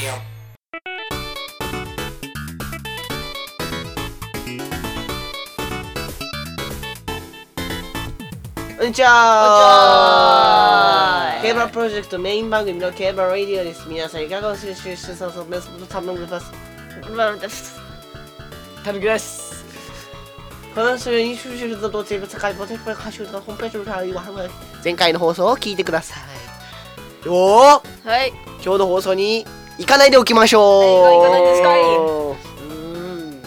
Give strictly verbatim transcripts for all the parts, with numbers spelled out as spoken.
よ。 こんにちは。競馬プロジェクトメイン番組の競馬ラディオです。皆さんいかがお過ごしでしょうか。そうそう、頼みます。 タルグです。 この週に収集と生物界ボテクプレ歌手のホームページの対応は前回の放送を聞いてください。おー、 はい。 今日の放送に行かないでおきましょう。 はい、行かないですかい。 うーん。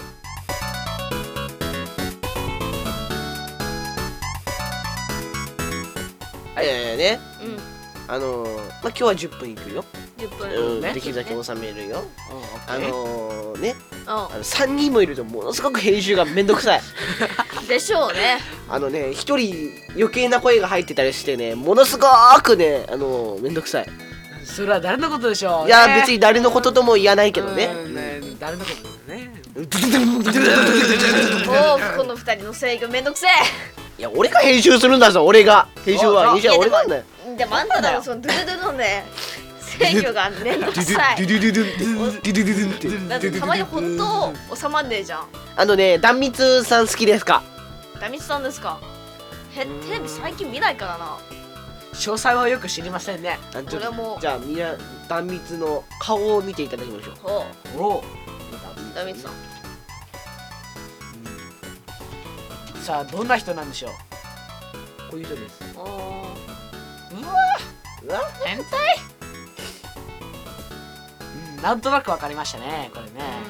はいはいはいね。 うん。 あのー、まあ今日はじゅっぷんいくよ。 じゅっぷんうん、 ね。 できるだけ収めるよ。あうん、 のー、ね、 うあのさんにんもいるとものすごく編集がめんどくさい。 ん。でしょうね。 あのね、ひとり余計な声が入ってたりしてね、ものすごくね、あのー、めんどくさい。 それは誰のことでしょう、ね、 いや別に誰のこととも言わないけどね。 うんね、誰のことだね。 おー、この二人の制御めんどくせいや俺が編集するんだぞ。俺が編集は編集は俺なんだよ。 え。でもあんただよ、そのドゥルドゥルのね、制御がめんどくさい。 ドゥドゥドゥドゥンってドゥドゥドゥドゥンってだってたまにほんと収まんねえじゃん。 あのね、壇蜜さん好きですか？ ダミツさんですか？へ、テレビ最近見ないからな。 詳細はよく知りませんね。 あちょっと俺もじゃあみんな壇蜜の顔を見ていただきましょう。 ほおう。 う、ダミツさん。 さあ、どんな人なんでしょう。 こういう人です。 おー。 うわうわ変態。うん、なんとなくわかりましたね、これね。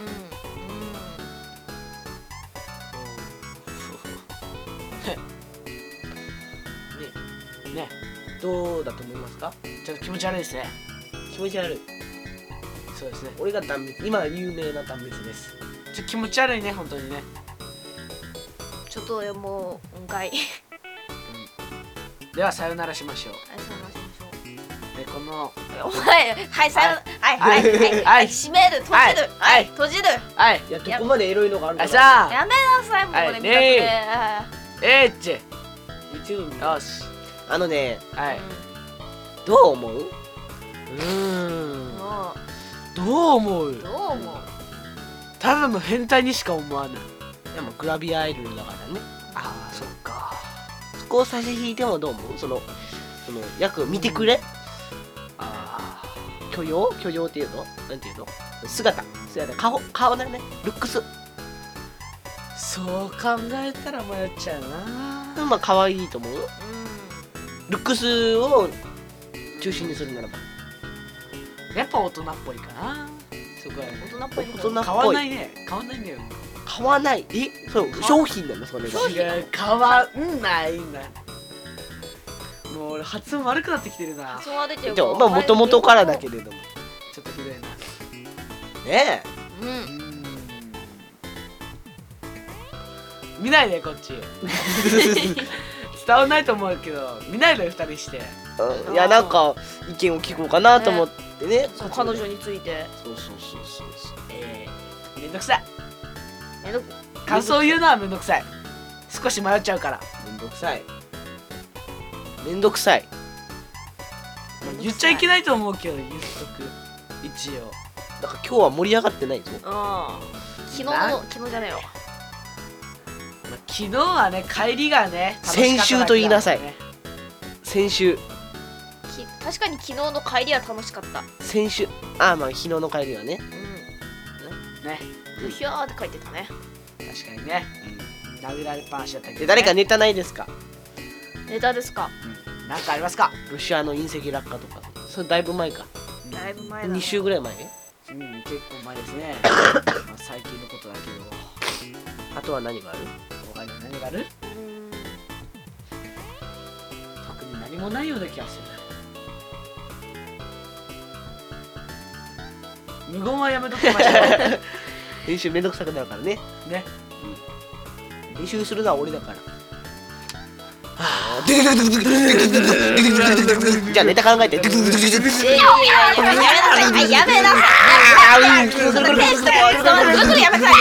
ね、 ね、 どうだと思いますか？ ちょっと気持ち悪いですね。 気持ち悪い。 そうですね。 俺が壇蜜、今有名な壇蜜です。 ちょっと気持ち悪いね、本当にね。 ちょっともう、うんかい。 では、さよならしましょう。 はい、そうしましょで、この、 う。お前、はい、さよなら。はい、はい、はい、 ははいい、閉める、閉じる、 ははいい、閉じる。 はい、 いや、どこまでエロいのがあるのあかさあ、 やめなさい、もうこはいれ見たくて。 えーっち、 YouTube よし、 あのね、 はい。 どう思う？ うーん、 もどう思う？ う、どう思う？ ただの変態にしか思わない。 いやもうグラビアアイドルだからね。 ああ、そっか。 そこを差し引いてもどう思う？その、その、約見てくれ、 あ許容許容っていうのなんていうの姿。姿。顔、顔だね。ルックス。 あ、そう考えたら迷っちゃうな。 まあ、可愛いと思う。ルックスを中心にするならば。 やっぱ大人っぽいかな。そこは大人っぽいの大人っぽい。 買わないね。買わないんだよ。 買わない。えそう、商品なのそれが。 違う、買わんないんだ。もう俺発音悪くなってきてるな。 そうは出てるでも、まあ、もともとからだけれども。 ちょっとひどいな。 ねう。 うんーん。見ないでこっち。伝わんないと思うけど、見ないで二人して。 え。いや、なんか、意見を聞こうかなと思ってね。 そう、彼女について。 そうそうそうそうそう。 えー、めんどくさい。 めんど感想を言うのはめんどくさい。少し迷っちゃうから。 めんどくさい。めんどくさい。 言っちゃいけないと思うけど言っとく。一応。 だから今日は盛り上がってないぞ。 うん。昨日の、昨日じゃねえよ。 まあ、昨日はね、帰りがね、楽しかっただけだもんね。 先週と言いなさい先週、 き確かに昨日の帰りは楽しかった。 先週、ああまあ昨日の帰りはね。 うん。 ね。 うひゃーって書いてたね。 確かにね。殴られっぱなしだったけど、ね。 で、誰かネタないですか？ ネタですか？ うん。なんかありますか？ ロシアの隕石落下とか。それだいぶ前か。 だいぶ前だね。 に週ぐらい前。 うん、結構前ですね。まあ最近のことだけど。 あとは何がある？ 他には何がある？ うん。 特に何もないような気がする。無言はやめときましょ練習めんどくさくなるからね。 う。ね。 練習するのは俺だから。じゃあネタ考えて。 いやいやいやいや、やめなさい。やめなさい。そのペースで、そのぐるぐるやめなさい。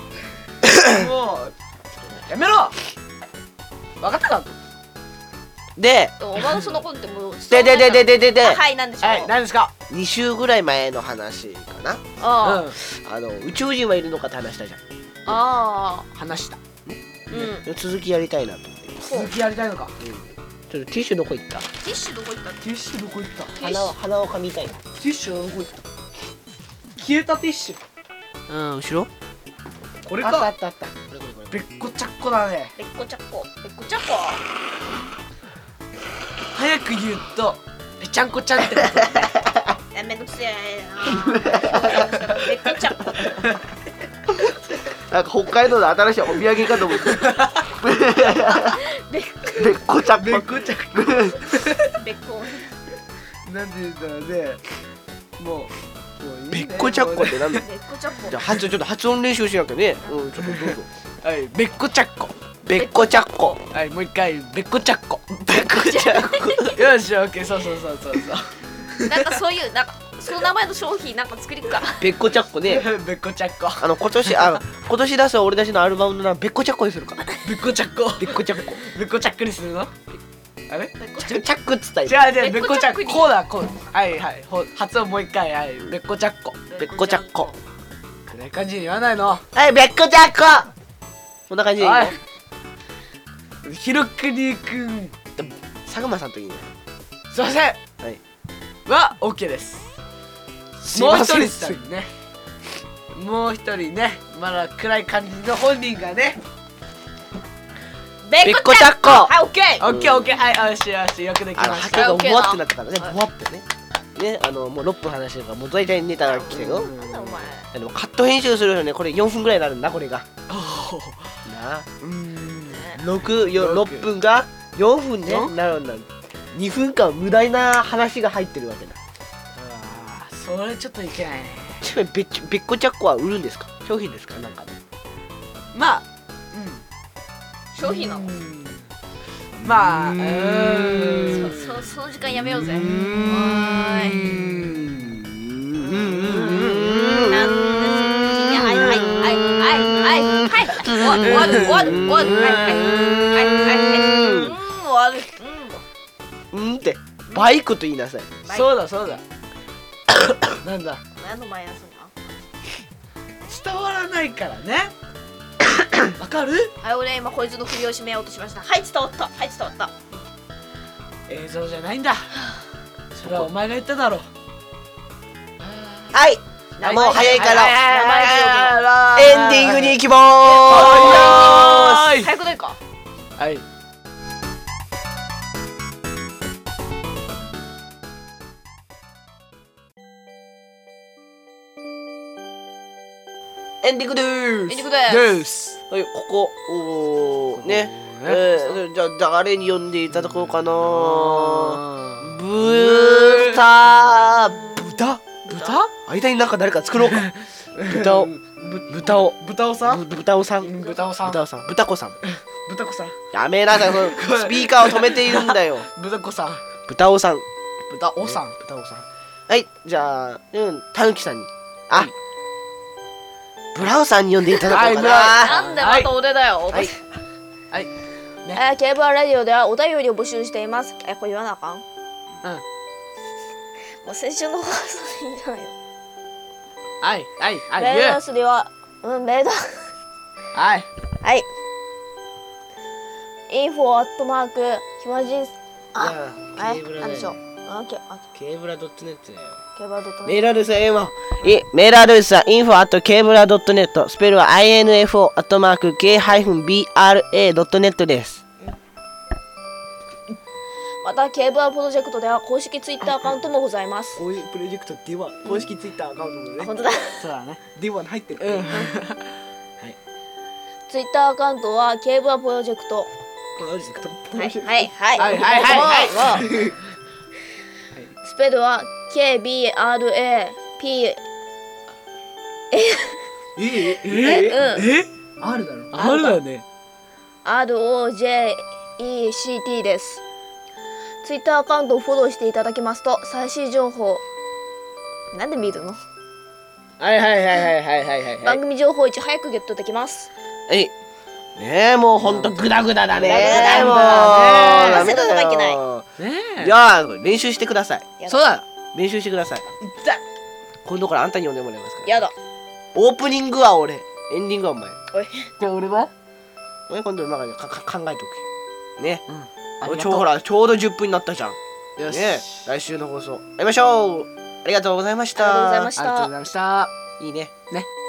もうやめろ。分かったか？ ででもお前のそのことってもうででででででであはいなんでしょう、 はい何ですか。 に週ぐらい前の話かな。 うあんあの宇宙人はいるのかって話したじゃん。 あ話した。 ーうん続きやりたいなと思って。 続きやりたいのか。 ちょっとティッシュどこ行った？ ティッシュどこ行ったの？ ティッシュどこ行った。テ鼻を鼻を噛みたいな。 ィッシュどこ行った。消えたティッシュ。 うん、後ろ？ これあったあか。 ったあった。これこれこれ。 べっこちゃっこだね。 べっこちゃっこべっこちゃっこ早く言うとぺちゃんこちゃんってことだね。 えめんどくせえなべっこちゃっこなんか北海道の新しいお土産かと思って。 べっべっこちゃっこ。 べっこちゃっこ。 べっこなんて言うんだろうね。もうもういいね。 べっこちゃっこってなんだ？ べっこちゃっこじゃあ発音ちょっと発音練習しなきゃね。うん、ちょっとどうぞ。 はいべっこちゃっこ。 べっこちゃっこ。 はいもう一回べっこちゃっこ。 べっこちゃっこ。 よしオッケーそうそうそうそうそう。 なんかそういうなんかその名前の商品なんか作りっかべっこちゃっこね。 べっこちゃっこ。 あの今年あ今年出す俺たちのアルバムの名前べっこちゃっこにするか。 べっこちゃっこ。 べっこちゃっこ。 べっこちゃっくにするの？あれ？ べっこちちょチャックっつったじゃあじゃあべべっこちゃっっこちゃっこにこだこう。はいはいほ発音もう一回はいべっこちゃっこ。 べっこちゃっこ。 暗い感じに言わないの。 はいべっこちゃっこ。こんな感じでいいの？ はいひろくにくん佐久間さんといいね。 すいませんはい。 は OK です。 すいませんもう一人さんねもう一人ねまだ暗い感じの本人がねべべっこちゃっこ。 はいオッケーオッケーオッケーはいよしよしよくできあのました。 波形が OK ボワってなったからね、 はいボワってね。ね、あのもうろっぷん話してるからもう大体ネタが来てるよ。 うんなんだお前でもカット編集するよね、これよんぷんぐらいになるんだこれが。 おなあ、 ーうーんろく、よろっぷんがよんぷんねよんなるんだ。にふんかん無駄な話が入ってるわけだ。 あーそれちょっといけないね。 ちなみにべっちべっこちゃっこは売るんですか？商品ですか？なんかの。 まあ商品なのうんうんまあううーーんそそその時間やめようぜうーんおーいなんで君はいはいはいはいはいはい終わる終わる終わる終わるはいはいはいはいはいうん終わるうんってバイクと言いなさい。 そうだそうだなんだうん何のマイナスな伝わらないからねわかる？ はい俺今こいつの首を絞めようとしましたはい伝わったはい伝わった映像じゃないんだそれはお前が言っただろ。 はい。 はいもう早いかららエンディングに行きまーはーい早くないかはいす。エンディングでーす。 エンディングですですはい、ここおーね。えー、じゃあ誰に呼んでいただこうかな。ブータ豚豚？ 間になんか誰か作ろうか。豚を豚を豚尾さん？ ぶ豚尾さん豚尾さん豚尾さん豚子さん豚子さんやめなさい。そのスピーカーを止めているんだよ。 豚子さん豚尾さん豚尾さん豚尾さん。はい、じゃあうんたぬきさんにあブラウさんに呼んでいただこうかな。 なんでまた俺だよはいはいえー、ケーブルラジオではお便りを募集しています。え、これ言わなあかん？ うんもう先週の放送でいいのよ。 はいはいはいメール言うアドレスでは、うん、メールはいはい。インフォアットマークひまじんあ、え、なんでしょう。あ、ケあケーブラドットネットだよ。 ケーブルドットメールアドレスは今いメールアドレスは インフォ アット ケーブラ ドットネット スペルは インフォ アットマーク ケー ビー アール エー ドットネットです。 またケーブルプロジェクトでは公式ツイッターアカウントもございます。 こういうプロジェクトでは公式ツイッターアカウントもねあ、本当だ。 そうだねでは入ってるうんツイッターアカウントはケーブルプロジェクト。 プロジェクトはいはいはいはいはいはいはいもうスペルは ケー ビー アール エー ピーえええうんえあるだろあるだねアール オー ジェー イー シー ティー です。ツイッターアカウントをフォローしていただきますと最新情報なんで見るの、 はいはいはいはいはいはいはい番組情報をいち早くゲットできます。 はいねえもうほんとグダグダだねグダグダだよもう話ダメだせることがいけないねいやー練習してください。 やだそうだ練習してください。 痛い今度からあんたに呼んでもらいますから。 やだオープニングは俺、エンディングはお前。 おいじゃあ俺はお前今度今からかか考えとく。ね。 うんちょうほらちょうどじゅっぷんになったじゃん。 よしね。来週の放送やりましょう。ありがとうございました。 ありがとうございましたありがとうございましたいいね。 ね